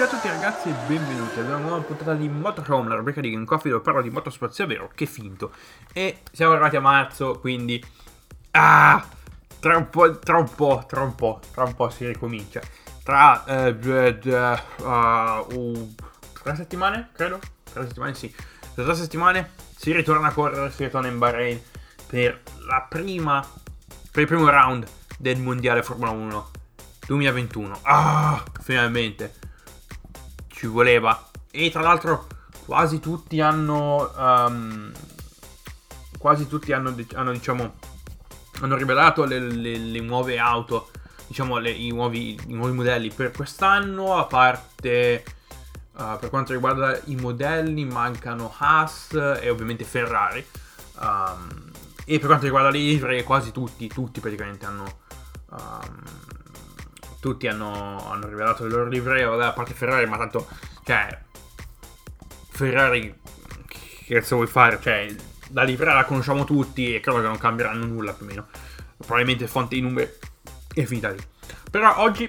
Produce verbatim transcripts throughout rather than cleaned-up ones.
Ciao a tutti ragazzi e benvenuti ad una nuova puntata di Motorhome, la rubrica di Game Coffee dove parlo di motorspazio vero che finto. E siamo arrivati a marzo, quindi ah, tra un po', tra un po', tra un po', tra un po' si ricomincia. Tra uh, uh, uh, tre settimane, credo, tre settimane sì, tra tre settimane si ritorna a correre, si ritorna in Bahrain per la prima, per il primo round del mondiale Formula uno duemilaventuno. Ah, finalmente ci voleva. E tra l'altro quasi tutti hanno um, quasi tutti hanno, hanno diciamo hanno rivelato le, le, le nuove auto, diciamo le, i, nuovi, i nuovi modelli per quest'anno. A parte uh, per quanto riguarda i modelli mancano Haas e ovviamente Ferrari, um, e per quanto riguarda le livree quasi tutti tutti praticamente hanno um, tutti hanno, hanno rivelato le loro livree, vabbè, a parte Ferrari, ma tanto, cioè, Ferrari, che cazzo vuoi fare? Cioè, la livrea la conosciamo tutti e credo che non cambieranno nulla più o meno. Probabilmente fonte di numeri è finita lì. Però oggi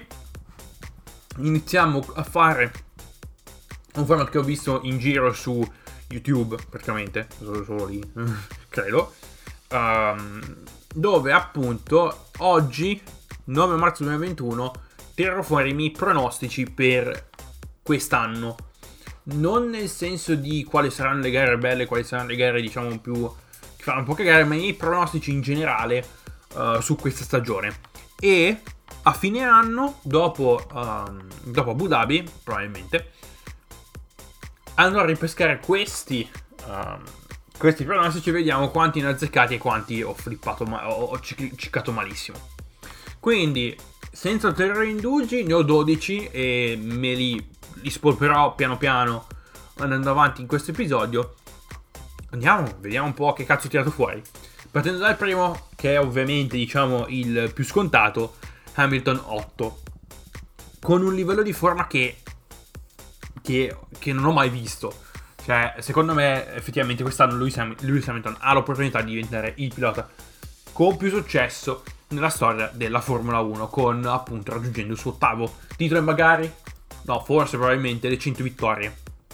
iniziamo a fare un format che ho visto in giro su YouTube, praticamente, solo, solo lì, credo, um, dove appunto oggi, nove marzo duemilaventuno, tirerò fuori i miei pronostici per quest'anno. Non nel senso di quali saranno le gare belle, quali saranno le gare diciamo più che fanno un po' cagare, ma i miei pronostici in generale uh, su questa stagione. E a fine anno, dopo, um, dopo Abu Dhabi, probabilmente, andrò a ripescare questi um, questi pronostici e vediamo quanti ne ho azzeccati e quanti ho flippato, ma- ho, ho ciccato malissimo. Quindi, senza ulteriori indugi, ne ho dodici e me li, li spolperò piano piano andando avanti in questo episodio. Andiamo, vediamo un po' che cazzo ho tirato fuori. Partendo dal primo, che è ovviamente, diciamo, il più scontato, Hamilton otto. Con un livello di forma che, che, che non ho mai visto. Cioè, secondo me, effettivamente quest'anno Lewis, Ham- Lewis Hamilton ha l'opportunità di diventare il pilota con più successo nella storia della Formula uno, con appunto raggiungendo il suo ottavo titolo e magari, no, forse probabilmente le cento vittorie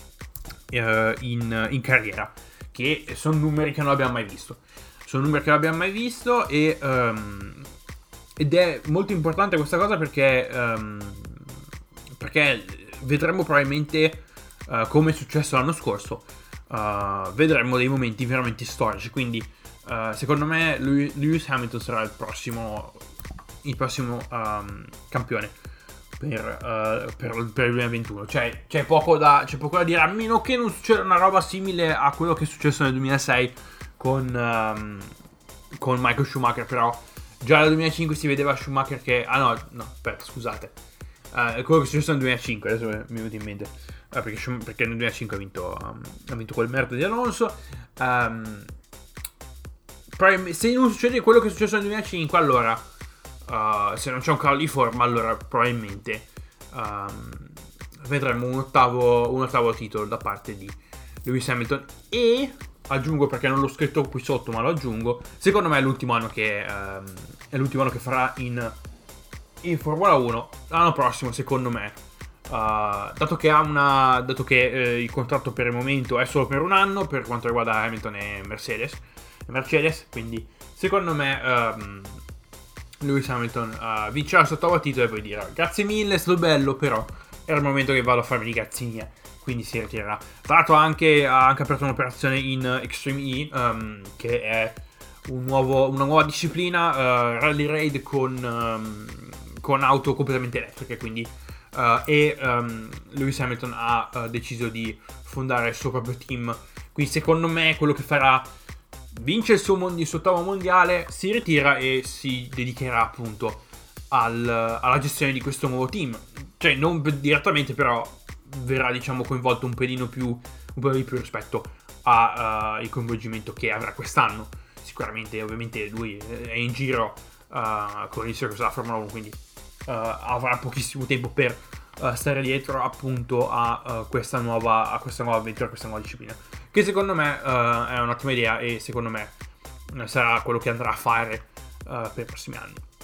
eh, in, in carriera, che sono numeri che non abbiamo mai visto. Sono numeri che non abbiamo mai visto e um, ed è molto importante questa cosa perché um, perché vedremo probabilmente uh, come è successo l'anno scorso, uh, vedremo dei momenti veramente storici, quindi Uh, secondo me Lewis Hamilton sarà il prossimo il prossimo um, campione per, uh, per, per il duemilaventuno. Cioè c'è poco da c'è poco da dire, a meno che non succeda una roba simile a quello che è successo nel duemilasei con um, con Michael Schumacher. Però già nel duemilacinque si vedeva Schumacher che ah no no aspetta scusate uh, quello che è successo nel duemilacinque, adesso mi è venuto in mente, uh, perché, perché nel duemilacinque ha vinto um, ha vinto quel merda di Alonso. um, Se non succede quello che è successo nel duemilacinque, allora uh, se non c'è un calo di forma, allora probabilmente um, vedremo un ottavo, un ottavo titolo da parte di Lewis Hamilton. E aggiungo, perché non l'ho scritto qui sotto ma lo aggiungo, secondo me è l'ultimo anno che um, è l'ultimo anno che farà in, in Formula uno. L'anno prossimo secondo me, uh, dato che ha una dato che eh, il contratto per il momento è solo per un anno per quanto riguarda Hamilton e Mercedes Mercedes, quindi secondo me um, Lewis Hamilton uh, vincerà il suo ottavo titolo e poi dirà grazie mille, è stato bello, però era il momento che vado a farmi i cazzi miei, quindi si ritirerà. Tra l'altro anche, ha anche aperto un'operazione in Extreme E, um, che è un nuovo, una nuova disciplina, uh, rally raid con, um, con auto completamente elettriche, quindi uh, e um, Lewis Hamilton ha uh, deciso di fondare il suo proprio team, quindi secondo me quello che farà, vince il suo, mondi- il suo ottavo mondiale, si ritira e si dedicherà appunto al, alla gestione di questo nuovo team. Cioè non direttamente, però verrà diciamo coinvolto un pelino più un po' di più rispetto al uh, coinvolgimento che avrà quest'anno. Sicuramente ovviamente lui è in giro uh, con il circus della Formula uno, quindi uh, avrà pochissimo tempo per uh, stare dietro appunto a uh, questa nuova a questa nuova avventura, a questa nuova disciplina, che secondo me uh, è un'ottima idea e secondo me sarà quello che andrà a fare uh, per i prossimi anni.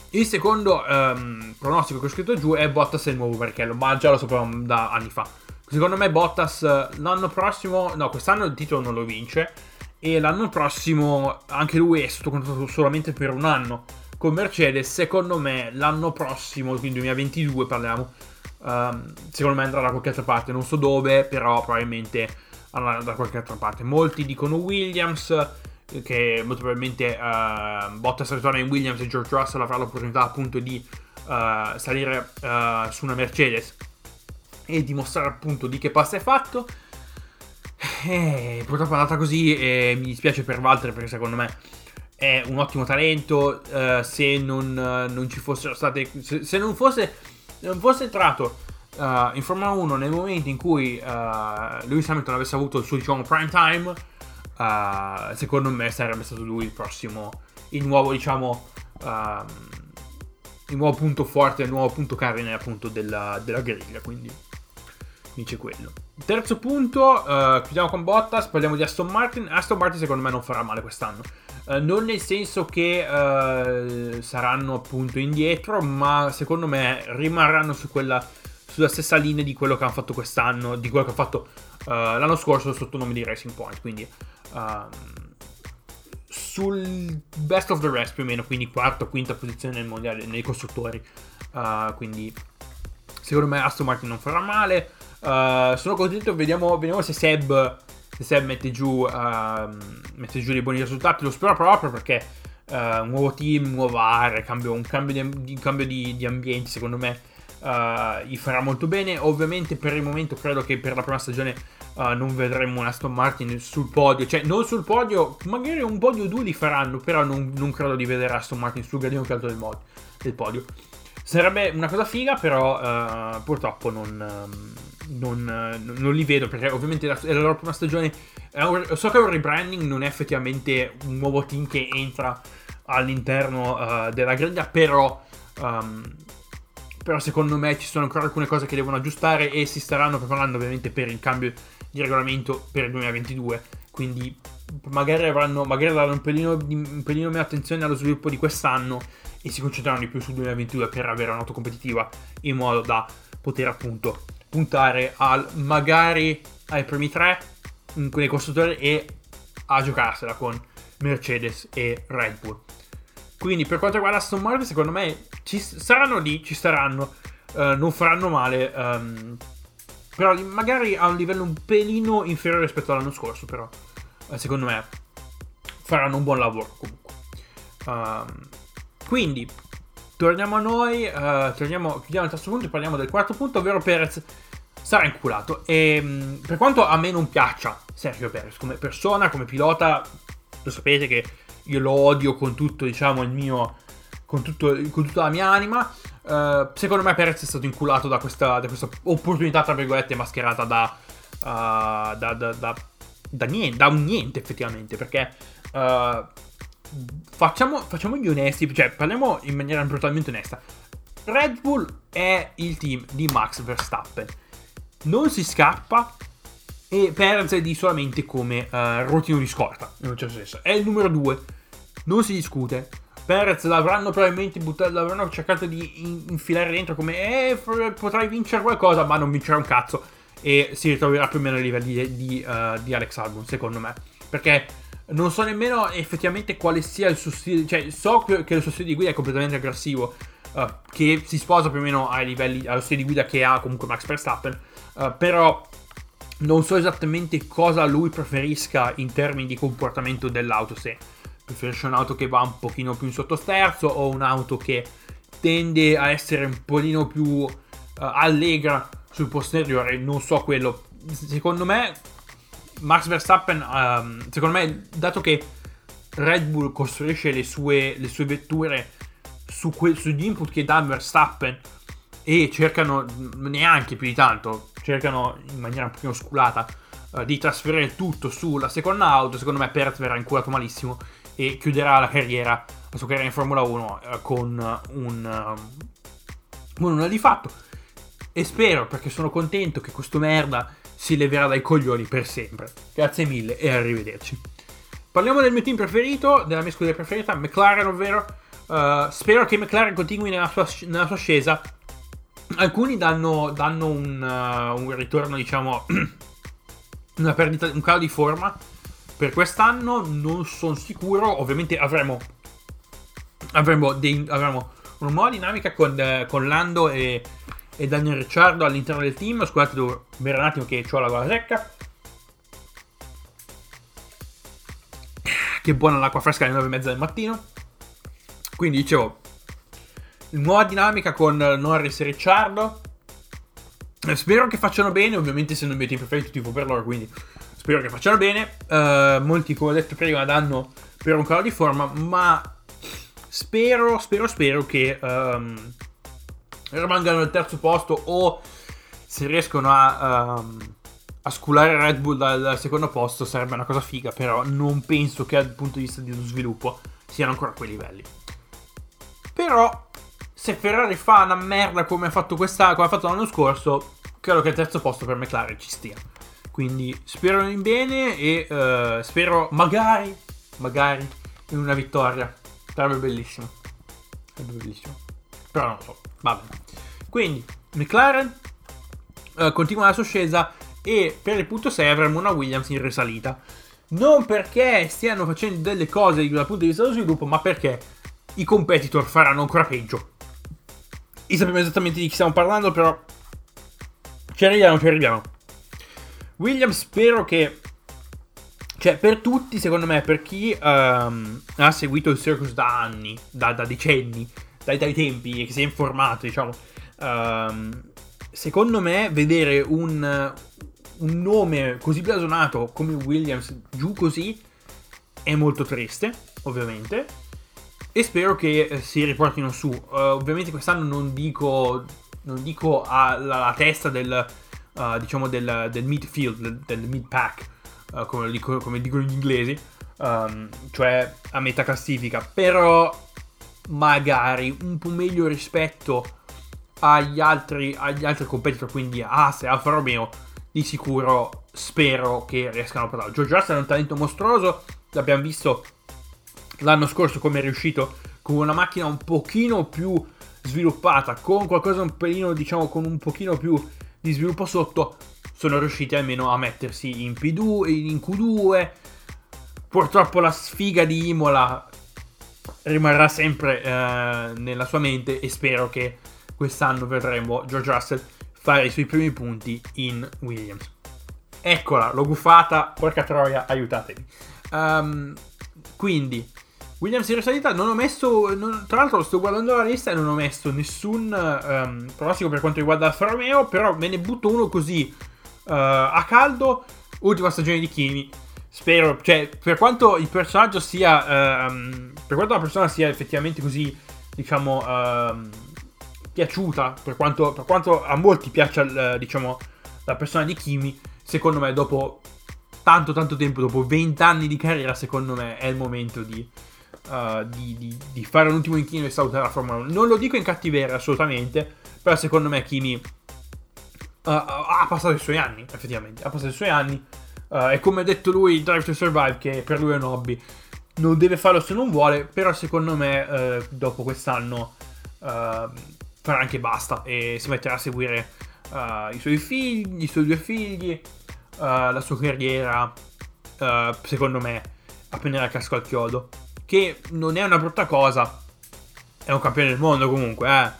Il secondo um, pronostico che ho scritto giù è Bottas e il nuovo Barrichello, ma già lo sapevamo da anni fa. Secondo me Bottas l'anno prossimo, no, quest'anno il titolo non lo vince, e l'anno prossimo anche lui è sotto contratto solamente per un anno con Mercedes. Secondo me l'anno prossimo, quindi duemilaventidue parliamo, um, secondo me andrà da qualche altra parte, non so dove, però probabilmente andrà da qualche altra parte. Molti dicono Williams, che molto probabilmente uh, Bottas ritorna in Williams e George Russell avrà l'opportunità appunto di uh, salire uh, su una Mercedes e dimostrare appunto di che pasta è fatto. E purtroppo è andata così e mi dispiace per Valtteri, perché secondo me è un ottimo talento. Uh, se non, uh, non ci fossero state, se, se non fosse non fosse entrato uh, in Formula uno nel momento in cui uh, Lewis Hamilton avesse avuto il suo, diciamo, prime time, Uh, secondo me sarebbe stato lui il prossimo, il nuovo, diciamo, uh, il nuovo punto forte, il nuovo punto cardine appunto della, della griglia, quindi dice quello. Terzo punto, uh, chiudiamo con Bottas, parliamo di Aston Martin. Aston Martin secondo me non farà male quest'anno, uh, non nel senso che uh, saranno appunto indietro, ma secondo me rimarranno su quella, sulla stessa linea di quello che hanno fatto quest'anno, di quello che hanno fatto uh, l'anno scorso sotto il nome di Racing Point, quindi Um, sul best of the rest più o meno, quindi quarta o quinta posizione nel mondiale nei costruttori, uh, quindi secondo me Aston Martin non farà male. Uh, sono contento, vediamo, vediamo se Seb se Seb mette giù uh, mette giù dei buoni risultati. Lo spero proprio, perché uh, un nuovo team, nuova area, cambio, un cambio, di, un cambio di, di ambienti secondo me uh, gli farà molto bene. Ovviamente per il momento credo che per la prima stagione Uh, non vedremo un Aston Martin sul podio, cioè non sul podio, magari un podio o due li faranno, però non, non credo di vedere Aston Martin sul gradino più alto del, mod, del podio. Sarebbe una cosa figa, però uh, purtroppo non, um, non, uh, non li vedo, perché ovviamente la, è la loro prima stagione. È un, so che è un rebranding, non è effettivamente un nuovo team che entra all'interno uh, della griglia, però um, però secondo me ci sono ancora alcune cose che devono aggiustare e si staranno preparando ovviamente per il cambio di regolamento per il duemilaventidue, quindi magari avranno magari daranno un pelino, un pelino meno attenzione allo sviluppo di quest'anno e si concentreranno di più sul duemilaventidue per avere un'auto competitiva, in modo da poter appunto puntare al magari ai primi tre con i costruttori e a giocarsela con Mercedes e Red Bull. Quindi per quanto riguarda Aston Martin, secondo me ci saranno lì, ci staranno, uh, non faranno male, um, però magari a un livello un pelino inferiore rispetto all'anno scorso, però uh, secondo me faranno un buon lavoro comunque. Um, quindi torniamo a noi, uh, torniamo, chiudiamo il terzo punto e parliamo del quarto punto, ovvero Perez sarà inculato. E um, per quanto a me non piaccia Sergio Perez come persona, come pilota, lo sapete che io lo odio con tutto, diciamo, il mio, con, tutto, con tutta la mia anima. Uh, secondo me Perez è stato inculato da questa, da questa opportunità, tra virgolette, mascherata da, uh, da, da, da, da, niente, da un niente effettivamente, perché uh, facciamo, facciamo gli onesti, cioè parliamo in maniera brutalmente onesta. Red Bull è il team di Max Verstappen, non si scappa. E Perez è di solamente come uh, routine di scorta, in un certo senso. È il numero due, non si discute. Perez l'avranno probabilmente buttato, l'avranno cercato di infilare dentro come eh, potrai vincere qualcosa, ma non vincerà un cazzo. E si ritroverà più o meno ai livelli di, di, uh, di Alex Albon, secondo me. Perché non so nemmeno effettivamente quale sia il suo stile. Cioè, so che il suo stile di guida è completamente aggressivo, uh, che si sposa più o meno ai livelli, allo stile di guida che ha comunque Max Verstappen. Uh, però non so esattamente cosa lui preferisca in termini di comportamento dell'auto, se preferisce un'auto che va un pochino più in sottosterzo o un'auto che tende a essere un pochino più uh, allegra sul posteriore, non so quello. Secondo me Max Verstappen, um, secondo me, dato che Red Bull costruisce le sue, le sue vetture su que- sugli input che dà Verstappen e cercano neanche più di tanto, cercano in maniera un pochino osculata uh, di trasferire tutto sulla seconda auto, secondo me Perez verrà inculato malissimo e chiuderà la carriera, la sua carriera in Formula uno uh, con uh, un uh, un nulla di fatto. E spero, perché sono contento che questo merda si leverà dai coglioni per sempre. Grazie mille e arrivederci. Parliamo del mio team preferito, della mia scuderia preferita, McLaren, ovvero Uh, spero che McLaren continui nella sua, nella sua ascesa. Alcuni danno, danno un, uh, un ritorno, diciamo, una perdita, un calo di forma per quest'anno. Non sono sicuro. Ovviamente avremo avremo, dei, avremo una nuova dinamica con, uh, con Lando e, e Daniel Ricciardo all'interno del team. Scusate, devo bere un attimo che ho la gola secca. Che buona l'acqua fresca alle nove e mezza del mattino. Quindi dicevo, nuova dinamica con Norris e Ricciardo. Spero che facciano bene. Ovviamente essendo il mio team preferito tifo per loro, quindi spero che facciano bene. uh, Molti, come ho detto prima, danno per un calo di forma, ma spero, spero, spero che um, rimangano al terzo posto, o se riescono a, um, a sculare Red Bull dal, dal secondo posto sarebbe una cosa figa. Però non penso che dal punto di vista dello sviluppo siano ancora a quei livelli. Però se Ferrari fa una merda come ha fatto questa, come ha fatto l'anno scorso, credo che il terzo posto per McLaren ci stia. Quindi spero in bene e uh, spero magari, magari in una vittoria. Sarebbe bellissimo. Sarebbe bellissimo. Però non lo so. Vabbè. Quindi McLaren uh, continua la sua ascesa e per il punto sei avremo una Williams in risalita. Non perché stiano facendo delle cose dal punto di vista dello sviluppo, ma perché i competitor faranno ancora peggio. E sappiamo esattamente di chi stiamo parlando, però ci arriviamo, ci arriviamo. Williams spero che, cioè per tutti, secondo me, per chi um, ha seguito il circus da anni, da, da decenni, dai, dai tempi, e che si è informato, diciamo, um, secondo me vedere un, un nome così blasonato come Williams giù così è molto triste, ovviamente. E spero che eh, si riportino su. Uh, ovviamente quest'anno non dico non dico alla, alla testa del uh, diciamo del, del midfield, del, del mid pack, uh, come, lo dico, come dicono gli inglesi, um, cioè a metà classifica. Però magari un po' meglio rispetto agli altri agli altri competitor, quindi Haas e Alfa Romeo. Di sicuro spero che riescano a portarlo. George Russell è un talento mostruoso, l'abbiamo visto l'anno scorso come è riuscito con una macchina un pochino più sviluppata, con qualcosa un pelino, diciamo, con un pochino più di sviluppo sotto, sono riusciti almeno a mettersi in P due, in Q due. Purtroppo la sfiga di Imola rimarrà sempre eh, nella sua mente, e spero che quest'anno vedremo George Russell fare i suoi primi punti in Williams. Eccola, l'ho guffata, porca troia, aiutatemi. Um, quindi Williams in risalita. Non ho messo, non, tra l'altro sto guardando la lista e non ho messo nessun um, pronostico per quanto riguarda Alfa Romeo, però me ne butto uno così uh, a caldo. Ultima stagione di Kimi. Spero, cioè, per quanto il personaggio sia um, per quanto la persona sia effettivamente così, diciamo, um, piaciuta, per quanto, per quanto a molti piaccia uh, diciamo la persona di Kimi, secondo me dopo tanto tanto tempo, dopo venti anni di carriera, secondo me è il momento di Uh, di, di, di fare un ultimo inchino e salutare la Formula uno. Non lo dico in cattiveria assolutamente, però secondo me Kimi uh, ha passato i suoi anni, effettivamente ha passato i suoi anni, uh, e come ha detto lui, Drive to Survive, che per lui è un hobby, non deve farlo se non vuole. Però secondo me uh, dopo quest'anno uh, farà anche basta e si metterà a seguire uh, i suoi figli, i suoi due figli, uh, la sua carriera, uh, secondo me appena il casco al chiodo, che non è una brutta cosa. È un campione del mondo comunque, eh.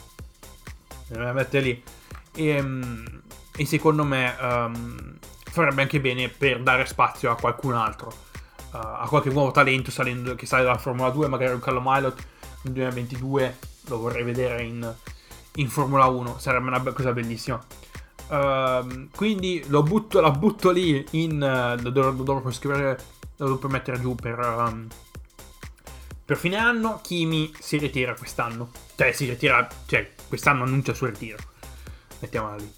Me la mette lì. E, e secondo me um, farebbe anche bene per dare spazio a qualcun altro, uh, a qualche nuovo talento salendo, che sale dalla Formula due, magari un Callum Ilott nel duemilaventidue. Lo vorrei vedere in, in Formula uno, sarebbe una be- cosa bellissima. Uh, quindi lo butto, la butto lì in uh, lo dovrò, dovrò scrivere, lo dovrò mettere giù per um, per fine anno. Kimi si ritira quest'anno, cioè si ritira, cioè quest'anno annuncia il suo ritiro, mettiamola lì.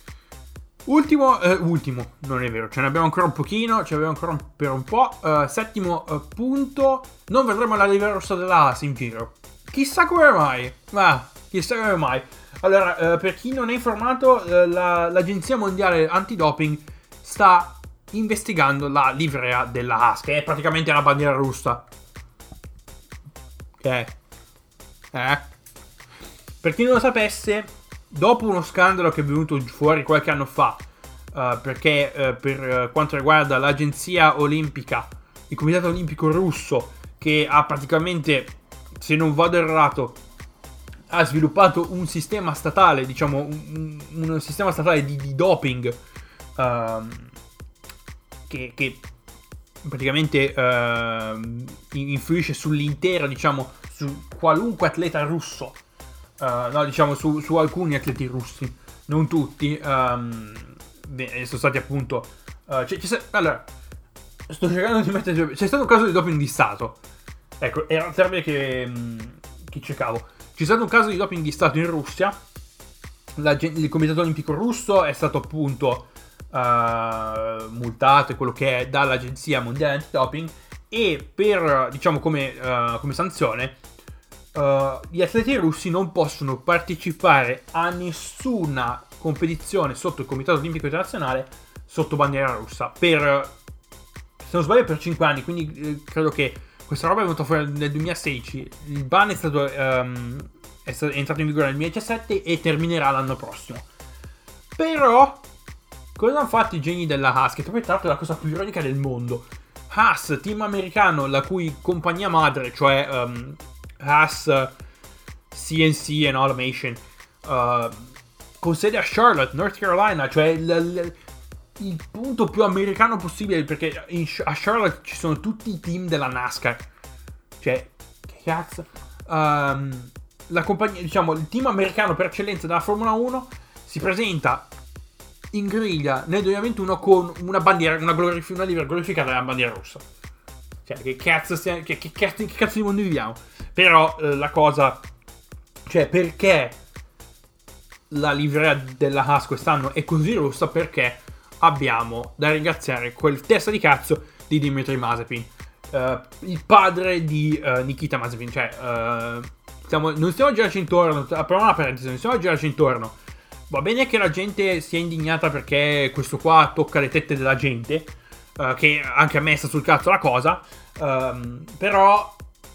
Ultimo, eh, ultimo, non è vero, ce ne abbiamo ancora un pochino, ce ne abbiamo ancora un, per un po'. Uh, settimo uh, punto, non vedremo la livrea rossa della Haas in giro. Chissà come mai, ma chissà come mai. Allora, uh, per chi non è informato, uh, la, l'Agenzia Mondiale Antidoping sta investigando la livrea della Haas, che è praticamente una bandiera russa. Che è Eh? Per chi non lo sapesse, dopo uno scandalo che è venuto fuori qualche anno fa, uh, perché uh, per quanto riguarda l'agenzia olimpica, il comitato olimpico russo, che ha praticamente, se non vado errato, ha sviluppato un sistema statale, diciamo un, un sistema statale di, di doping uh, che, che praticamente uh, influisce sull'intero, diciamo, su qualunque atleta russo, uh, no, diciamo su, su alcuni atleti russi, non tutti, um, beh, sono stati appunto, uh, c'è, c'è, allora, sto cercando di mettere, c'è stato un caso di doping di Stato, ecco, era il termine che, che cercavo. C'è stato un caso di doping di Stato in Russia. La, il Comitato Olimpico Russo è stato appunto uh, multato e quello che è dall'Agenzia Mondiale Antidoping, e per, diciamo, come, uh, come sanzione uh, gli atleti russi non possono partecipare a nessuna competizione sotto il Comitato Olimpico Internazionale sotto bandiera russa per, se non sbaglio, per cinque anni. Quindi eh, credo che questa roba è venuta fuori nel duemilasedici. Il ban è stato, um, è stato è entrato in vigore nel duemiladiciassette e terminerà l'anno prossimo. Però cosa hanno fatto i geni della Haas? Che poi tra l'altro è la cosa più ironica del mondo. Haas, team americano, la cui compagnia madre, cioè um, Haas C N C and Automation, uh, con sede a Charlotte, North Carolina, cioè il, il, il punto più americano possibile, perché in, a Charlotte ci sono tutti i team della NASCAR. Cioè, che cazzo? Um, la compagnia, diciamo, il team americano per eccellenza della Formula uno si presenta in griglia nel duemilaventuno con una bandiera, una, glorif- una livrea glorificata della bandiera russa. Cioè, che cazzo stiamo, che, che, cazzo, che cazzo di mondo viviamo? Però eh, la cosa, cioè, perché la livrea della Haas quest'anno è così rossa? Perché abbiamo da ringraziare quel testa di cazzo di Dmitry Mazepin, uh, il padre di uh, Nikita Mazepin. Cioè, uh, stiamo, non stiamo a girarci intorno, apriamo una parentesi, non stiamo a girarci intorno. Va bene che la gente sia indignata perché questo qua tocca le tette della gente, uh, che anche a me sta sul cazzo la cosa, um, però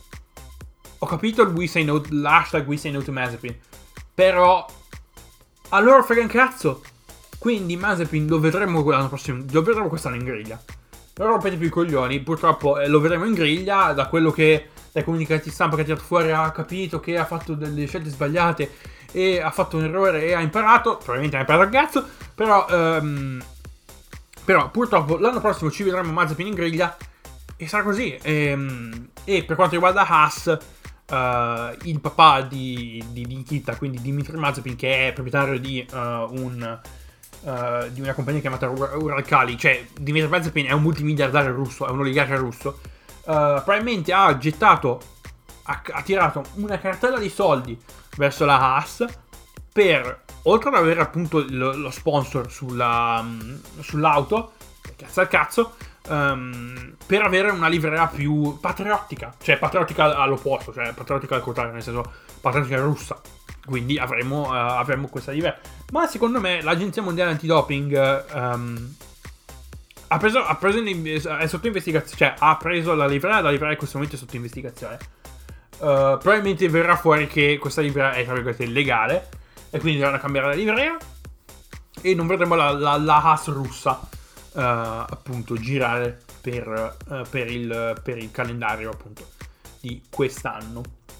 ho capito il we say no, l'hashtag we say no to Mazepin, però a loro frega un cazzo. Quindi Mazepin lo vedremo l'anno prossimo, lo vedremo quest'anno in griglia. Non rompete più i coglioni, purtroppo eh, lo vedremo in griglia. Da quello che dai comunicati stampa che ha tirato fuori, ha capito che ha fatto delle scelte sbagliate e ha fatto un errore e ha imparato, probabilmente ha imparato il cazzo, però um, però purtroppo l'anno prossimo ci vedremo Mazepin in griglia e sarà così. E, e per quanto riguarda Haas, uh, il papà di, di, di Nikita, quindi Dmitry Mazepin, che è proprietario di uh, un uh, di una compagnia chiamata Uralkali, cioè Dmitry Mazepin è un multimiliardario russo, è un oligarca russo, uh, probabilmente ha gettato, ha, ha tirato una cartella di soldi verso la Haas per, oltre ad avere appunto lo, lo sponsor sulla, um, sull'auto, cazzo al cazzo, um, per avere una livrea più patriottica, cioè patriottica all'opposto, cioè patriottica al contrario, nel senso patriottica russa. Quindi avremo, uh, avremo questa livrea. Ma secondo me l'Agenzia Mondiale Antidoping um, ha preso, ha preso in, è sotto investigazione, cioè ha preso la livrea, la livrea in questo momento è sotto investigazione. Uh, probabilmente verrà fuori che questa livrea è, tra virgolette, illegale, e quindi dovranno cambiare la livrea e non vedremo la, la, la Haas russa uh, appunto girare per, uh, per, il, per il calendario appunto di quest'anno.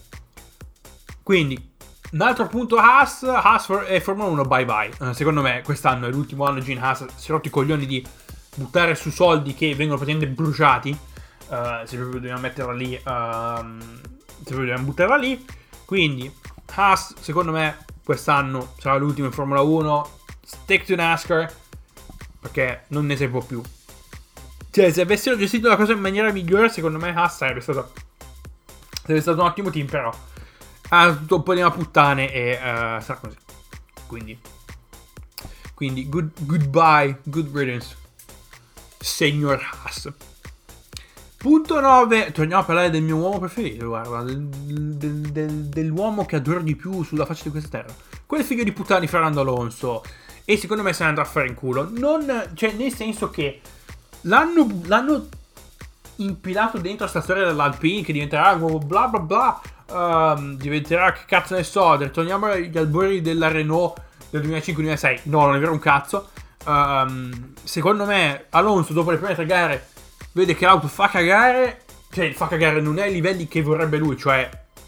Quindi un altro punto, Haas, Haas e Formula uno bye bye. Uh, secondo me quest'anno è l'ultimo anno. Gene Haas si è rotto i coglioni di buttare su soldi che vengono praticamente bruciati. Uh, se proprio dobbiamo metterla lì, uh, se proprio dobbiamo buttarla lì. Quindi Haas secondo me quest'anno sarà l'ultimo in Formula uno. Stick to NASCAR, perché non ne si può più. Cioè, se avessero gestito la cosa in maniera migliore, secondo me Haas sarebbe stato sarebbe stato un ottimo team, però ha tutto un po' di una puttane e uh, sarà così. Quindi Quindi good, goodbye, good riddance, signor Haas. Punto nove, torniamo a parlare del mio uomo preferito, guarda, del, del, del, dell'uomo che adoro di più sulla faccia di questa terra, quel figlio di puttana di Fernando Alonso. E secondo me se ne andrà a fare in culo. Non, cioè, nel senso che l'hanno, l'hanno impilato dentro sta storia dell'Alpine che diventerà bla bla bla um, diventerà, che cazzo ne so, ritorniamo agli albori della Renault del duemilacinque duemilasei. No, non è vero un cazzo. Um, secondo me Alonso dopo le prime tre gare vede che l'auto fa cagare, cioè fa cagare, non è ai livelli che vorrebbe lui, cioè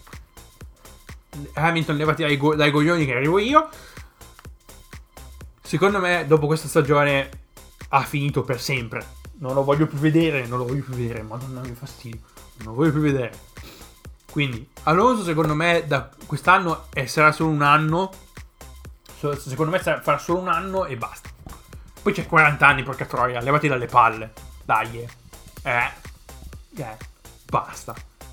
Hamilton levati dai, go- dai coglioni che arrivo io. Secondo me dopo questa stagione ha finito per sempre, non lo voglio più vedere, non lo voglio più vedere, madonna che fastidio, non lo voglio più vedere. Quindi Alonso secondo me da quest'anno eh, sarà solo un anno, secondo me sarà, farà solo un anno e basta. Poi c'è quaranta anni, porca troia, levati dalle palle, dai, eh, eh, basta.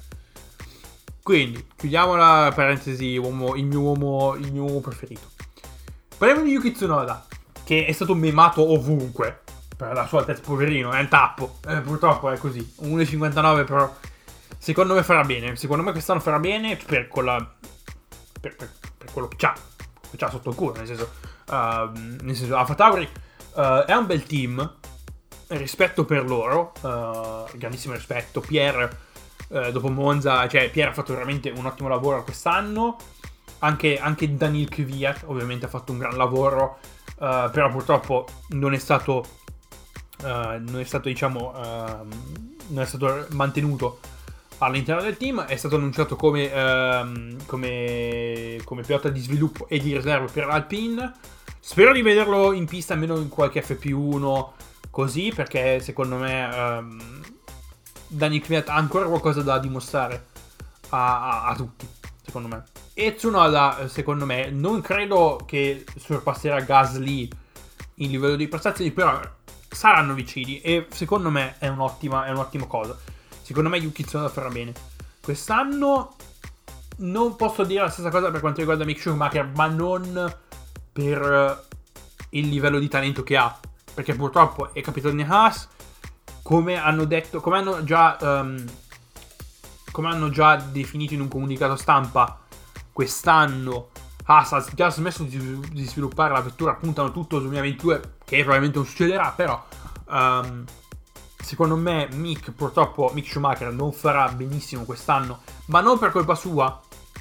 Quindi chiudiamo la parentesi uomo, il mio uomo, il mio uomo preferito. Parliamo di Yuki Tsunoda, che è stato memato ovunque per la sua altezza, poverino, è un tappo, eh, purtroppo è così, uno virgola cinquantanove, però secondo me farà bene, secondo me quest'anno farà bene per, quella, per, per, per quello che c'ha, che c'ha sotto il culo, nel senso, uh, nel senso AlphaTauri uh, è un bel team, rispetto per loro, uh, grandissimo rispetto. Pierre uh, dopo Monza, cioè Pierre ha fatto veramente un ottimo lavoro quest'anno, anche, anche Daniil Kvyat ovviamente ha fatto un gran lavoro, uh, però purtroppo non è stato uh, non è stato diciamo uh, non è stato mantenuto all'interno del team. È stato annunciato come uh, come, come pilota di sviluppo e di riserva per l'Alpine. Spero di vederlo in pista almeno in qualche F P uno così, perché secondo me um, Daniil Kvyat ha ancora qualcosa da dimostrare a, a, a tutti, secondo me. E Tsunoda, secondo me, non credo che sorpasserà Gasly in livello di prestazioni, però saranno vicini e secondo me è un'ottima, è un'ottima cosa. Secondo me Yuki Tsunoda farà bene. Quest'anno non posso dire la stessa cosa per quanto riguarda Mick Schumacher, ma non per il livello di talento che ha, perché purtroppo è capitano di Haas, come hanno detto, come hanno già um, come hanno già definito in un comunicato stampa quest'anno. Haas ha già smesso di, di sviluppare la vettura, puntano tutto sul duemilaventidue, che probabilmente non succederà, però um, secondo me Mick, purtroppo Mick Schumacher non farà benissimo quest'anno, ma non per colpa sua,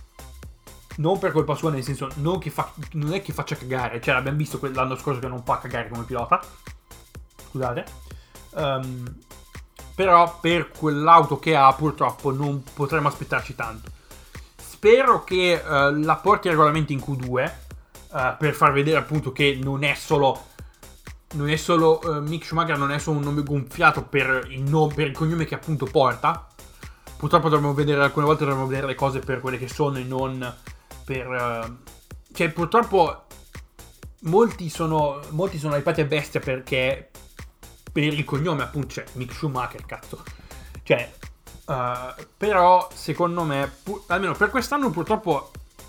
non per colpa sua, nel senso non, che fa, non è che faccia cagare, cioè l'abbiamo visto l'anno scorso che non fa cagare come pilota, scusate, um, però per quell'auto che ha purtroppo non potremo aspettarci tanto. Spero che uh, la porti ai regolamenti in Q due uh, per far vedere appunto che non è solo non è solo uh, Mick Schumacher non è solo un nome gonfiato per il, nome, per il cognome che appunto porta. Purtroppo dovremmo vedere, alcune volte dovremmo vedere le cose per quelle che sono e non per uh, cioè purtroppo molti sono molti sono hypati a bestia perché per il cognome appunto, cioè Mick Schumacher, cazzo, cioè uh, però secondo me pu- almeno per quest'anno purtroppo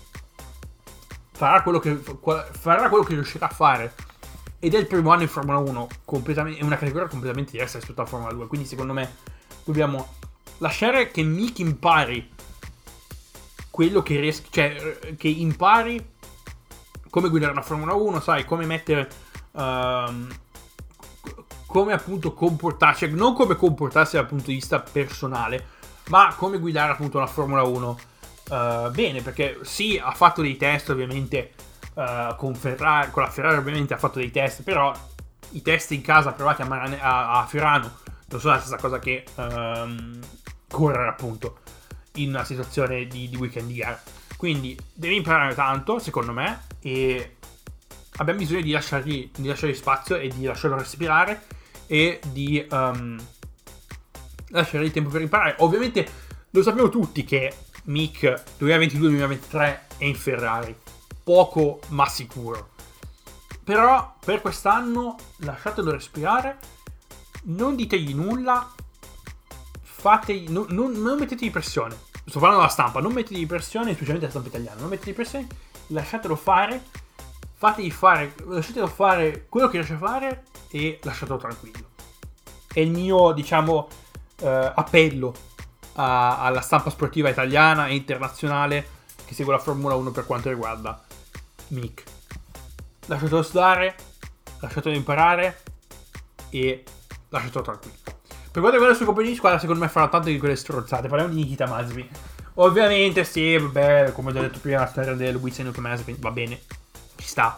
farà quello che farà quello che riuscirà a fare, ed è il primo anno in Formula uno, completamente, è una categoria completamente diversa rispetto alla Formula due, quindi secondo me dobbiamo lasciare che Mick impari quello che riesca, cioè che impari come guidare la Formula uno, sai, come mettere um, come appunto comportarsi, non come comportarsi dal punto di vista personale, ma come guidare appunto la Formula uno uh, bene, perché sì, ha fatto dei test ovviamente uh, con Ferrari, con la Ferrari ovviamente ha fatto dei test, però i test in casa provati a, Marane- a, a Fiorano non sono la stessa cosa che um, correre appunto in una situazione di, di weekend di gara. Quindi devi imparare tanto, secondo me, e abbiamo bisogno di lasciargli, di lasciargli spazio e di lasciarlo respirare e di um, lasciargli tempo per imparare. Ovviamente lo sappiamo tutti che Mick duemilaventidue duemilaventitré è in Ferrari, poco ma sicuro, però per quest'anno lasciatelo respirare, non ditegli nulla, fategli, non, non, non mettetegli pressione. Sto parlando della stampa, non mettetegli pressione, specialmente la stampa italiana, non mettetegli pressione, lasciatelo fare, fategli fare, lasciatelo fare quello che riesce a fare e lasciatelo tranquillo. È il mio, diciamo, eh, appello a, alla stampa sportiva italiana e internazionale che segue la Formula uno per quanto riguarda Mick. Lasciatelo stare, lasciatelo imparare e lasciatelo tranquillo. Per quanto riguarda il suo compagno di squadra, secondo me farà tante di quelle strozzate. Parliamo di Nikita Mazepin, Ovviamente sì, vabbè, come ho già detto prima, la storia del Wii Senno Mazepin, va bene, ci sta.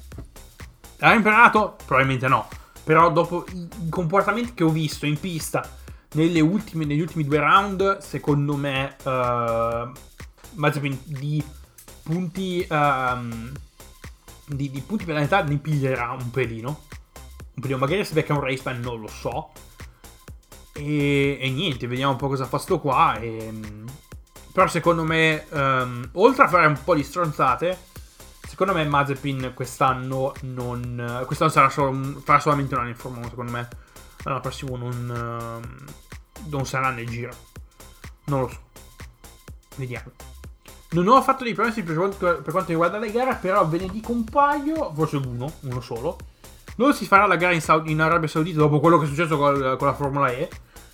Ha imparato? Probabilmente no. Però dopo i comportamenti che ho visto in pista nelle ultime, negli ultimi due round, secondo me uh, Mazepin di punti um, di, di punti penalità ne piglierà un pelino. Un pelino, magari se becca un race ban non lo so. E, e niente, vediamo un po' cosa fa sto qua. E, però secondo me, um, oltre a fare un po' di stronzate, secondo me Mazepin quest'anno non... Quest'anno sarà solo un, farà solamente un anno in Formula uno, secondo me. L'anno prossimo non, uh, non sarà nel giro. Non lo so. Vediamo. Non ho fatto dei promessi per, per quanto riguarda le gare, però ve ne dico un paio, forse uno, uno solo. Non si farà la gara in, Saudi, in Arabia Saudita dopo quello che è successo con, con la Formula E.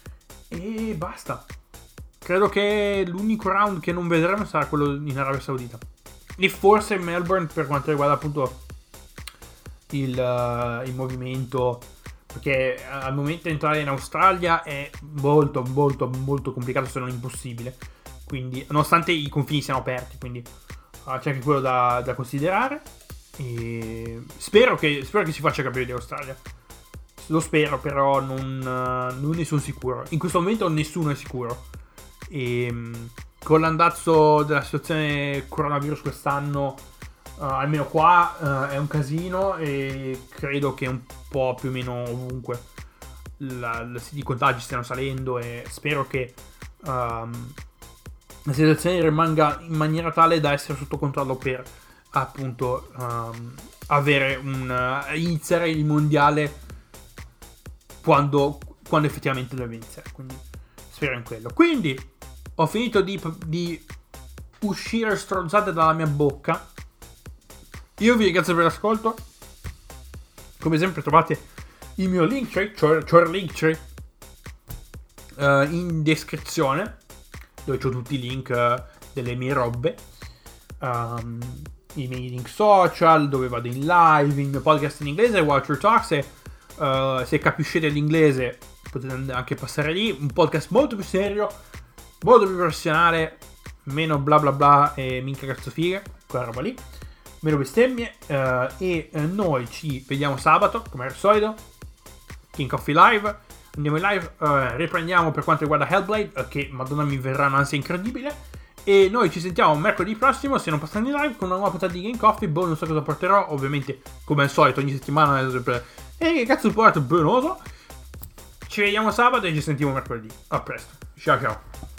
E basta. Credo che l'unico round che non vedremo sarà quello in Arabia Saudita. E forse Melbourne per quanto riguarda appunto il, uh, il movimento, perché al momento entrare in Australia è molto molto molto complicato, se non impossibile, quindi nonostante i confini siano aperti, quindi uh, c'è anche quello da, da considerare. E spero che, spero che si faccia capire di Australia, lo spero, però non, uh, non ne sono sicuro. In questo momento nessuno è sicuro. E um, con l'andazzo della situazione coronavirus quest'anno, uh, almeno qua, uh, è un casino, e credo che un po' più o meno ovunque la, la, i contagi stiano salendo, e spero che um, la situazione rimanga in maniera tale da essere sotto controllo per appunto um, avere un uh, iniziare il mondiale quando, quando effettivamente deve iniziare, quindi spero in quello. Quindi ho finito di, di uscire stronzate dalla mia bocca. Io vi ringrazio per l'ascolto. Come sempre trovate il mio Linktree, cioè, cioè Linktree, uh, in descrizione, dove ho tutti i link uh, delle mie robe, um, i miei link social, dove vado in live, il mio podcast in inglese, Walter Talks. Se, uh, se capiscete l'inglese potete anche passare lì. Un podcast molto più serio, molto più professionale, meno bla bla bla e minchia cazzo figa, quella roba lì, meno bestemmie. uh, e uh, noi ci vediamo sabato come al solito, King Coffee Live. Andiamo in live, uh, riprendiamo per quanto riguarda Hellblade, uh, che madonna mi verrà un'ansia incredibile. E noi ci sentiamo mercoledì prossimo, se non passando in live, con una nuova puntata di Game Coffee. Boh, non so cosa porterò, ovviamente come al solito ogni settimana è sempre e che cazzo porto, boh, non lo so. Ci vediamo sabato e ci sentiamo mercoledì. A presto, ciao ciao.